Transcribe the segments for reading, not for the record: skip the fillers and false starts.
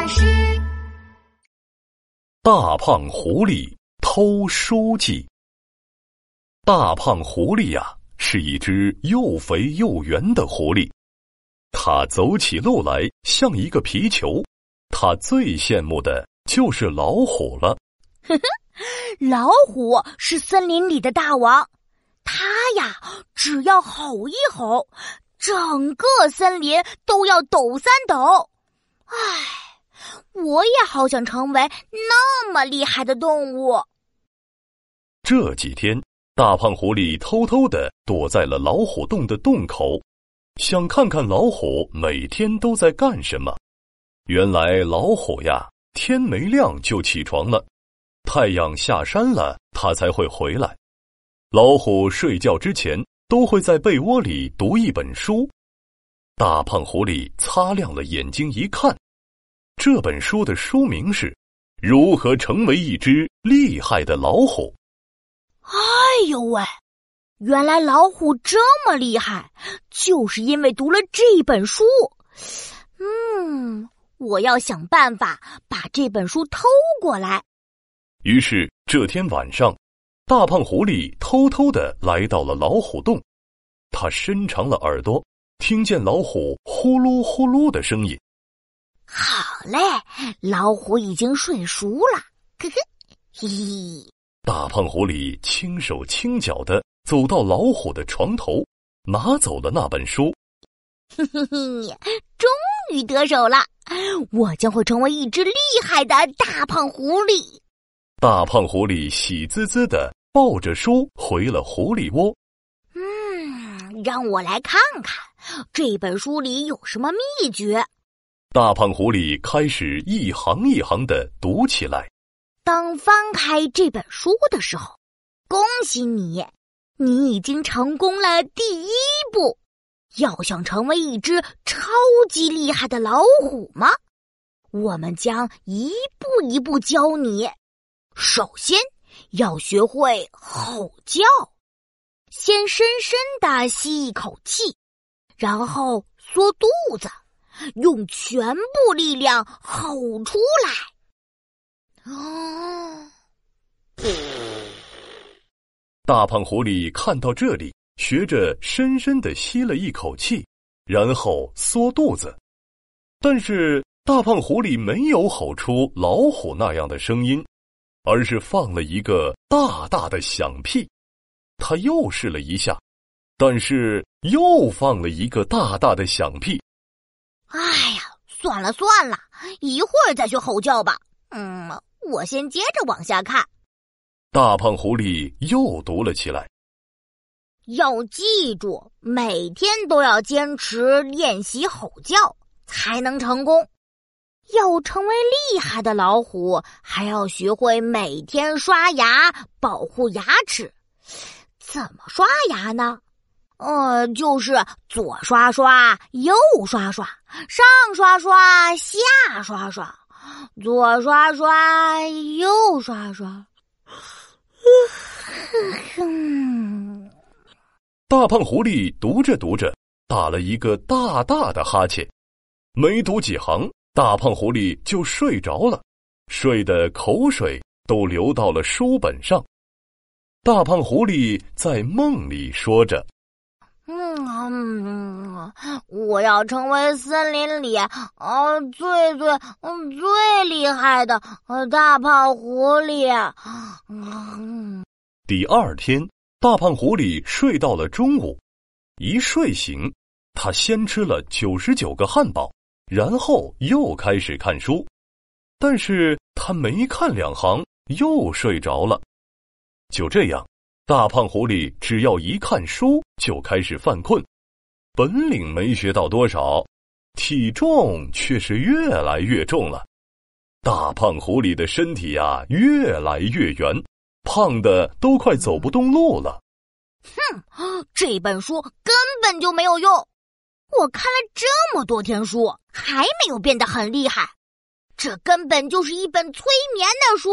事。 大胖狐狸偷书记。大胖狐狸呀，是一只又肥又圆的狐狸，它走起路来像一个皮球，它最羡慕的就是老虎了。 老虎是森林里的大王，它呀，只要吼一吼，整个森林都要抖三抖。唉，我也好想成为那么厉害的动物。 这几天，大胖狐狸偷偷地躲在了老虎洞的洞口，想看看老虎每天都在干什么。原来老虎呀，天没亮就起床了，太阳下山了，它才会回来。老虎睡觉之前都会在被窝里读一本书。大胖狐狸擦亮了眼睛一看，这本书的书名是《如何成为一只厉害的老虎》。 哎呦喂，原来老虎这么厉害，就是因为读了这本书。我要想办法把这本书偷过来。 于是这天晚上，大胖狐狸偷偷地来到了老虎洞，它伸长了耳朵，听见老虎呼噜呼噜的声音。 好嘞，老虎已经睡熟了，呵呵，嘿嘿。 大胖狐狸轻手轻脚地走到老虎的床头，拿走了那本书。 嘿嘿嘿，终于得手了，我将会成为一只厉害的大胖狐狸。 大胖狐狸喜滋滋地抱着书回了狐狸窝。 让我来看看这本书里有什么秘诀。 大胖狐狸开始一行一行地读起来。 当翻开这本书的时候，恭喜你，你已经成功了第一步。要想成为一只超级厉害的老虎吗？我们将一步一步教你。首先要学会吼叫，先深深地吸一口气，然后缩肚子，用全部力量吼出来。 大胖狐狸看到这里，学着深深地吸了一口气，然后缩肚子。但是大胖狐狸没有吼出老虎那样的声音，而是放了一个大大的响屁。他又试了一下，但是又放了一个大大的响屁。 哎呀，算了算了，一会儿再学吼叫吧。我先接着往下看。 大胖狐狸又读了起来。 要记住，每天都要坚持练习吼叫，才能成功。要成为厉害的老虎，还要学会每天刷牙，保护牙齿。怎么刷牙呢？就是左刷刷，右刷刷，上刷刷，下刷刷，左刷刷，右刷刷。 大胖狐狸读着读着，打了一个大大的哈欠。没读几行，大胖狐狸就睡着了，睡得口水都流到了书本上。大胖狐狸在梦里说着： 我要成为森林里最厉害的大胖狐狸。 第二天，大胖狐狸睡到了中午。一睡醒，他先吃了99个汉堡，然后又开始看书。但是他没看2行，又睡着了。就这样，大胖狐狸只要一看书就开始犯困，本领没学到多少，体重却是越来越重了。大胖狐狸的身体呀，越来越圆，胖的都快走不动路了。 这本书根本就没有用，我看了这么多天书，还没有变得很厉害，这根本就是一本催眠的书。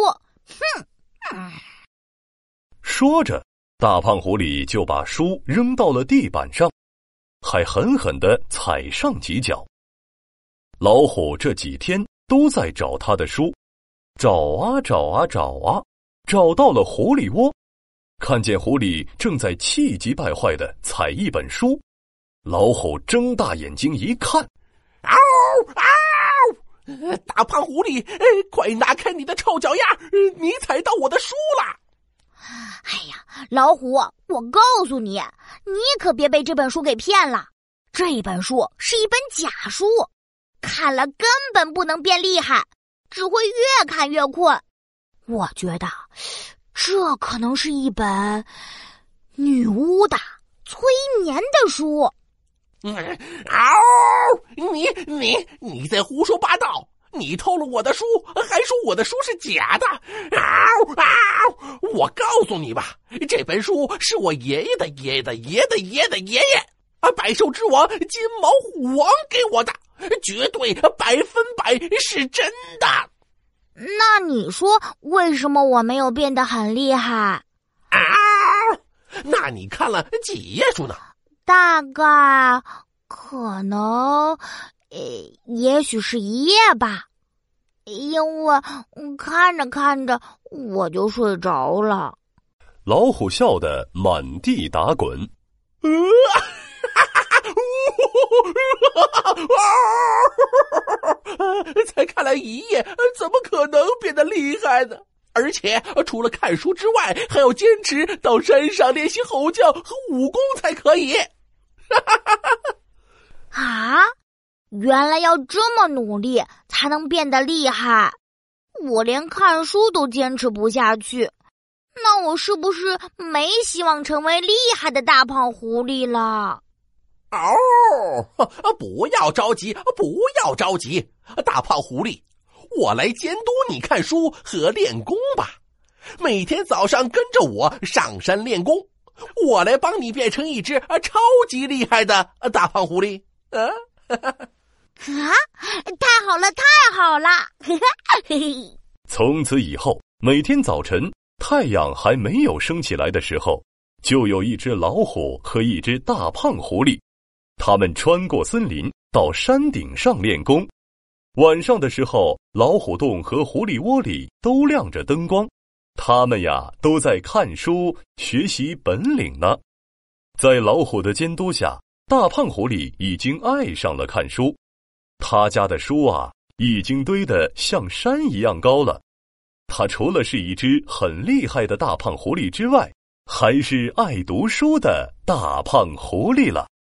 说着，大胖狐狸就把书扔到了地板上，还狠狠地踩上几脚。老虎这几天都在找他的书，找啊找啊找啊，找到了狐狸窝，看见狐狸正在气急败坏地踩一本书。老虎睁大眼睛一看， 嗷嗷！大胖狐狸，快拿开你的臭脚丫，你踩到我的书了！ 哎呀，老虎，我告诉你，你可别被这本书给骗了。这本书是一本假书，看了根本不能变厉害，只会越看越困。我觉得这可能是一本女巫的催眠的书。 你在胡说八道！你偷了我的书，还说我的书是假的！我告诉你吧，这本书是我爷爷的爷爷的爷爷的爷爷的爷爷百兽之王金毛虎王给我的，绝对100%是真的。 那你说为什么我没有变得很厉害？ 那你看了几页书呢？ 大概可能也许是1页吧，因为看着看着我就睡着了。 老虎笑得满地打滚。 才看了1页，怎么可能变得厉害呢？而且除了看书之外，还要坚持到山上练习吼叫和武功才可以。 啊，原来要这么努力才能变得厉害，我连看书都坚持不下去，那我是不是没希望成为厉害的大胖狐狸了？ 不要着急，不要着急，大胖狐狸，我来监督你看书和练功吧。每天早上跟着我上山练功，我来帮你变成一只超级厉害的大胖狐狸。 太好了，太好了！ 从此以后，每天早晨太阳还没有升起来的时候，就有一只老虎和一只大胖狐狸，他们穿过森林到山顶上练功。晚上的时候，老虎洞和狐狸窝里都亮着灯光，他们呀都在看书学习本领呢。在老虎的监督下，大胖狐狸已经爱上了看书，他家的书啊已经堆得像山一样高了。他除了是一只很厉害的大胖狐狸之外，还是爱读书的大胖狐狸了。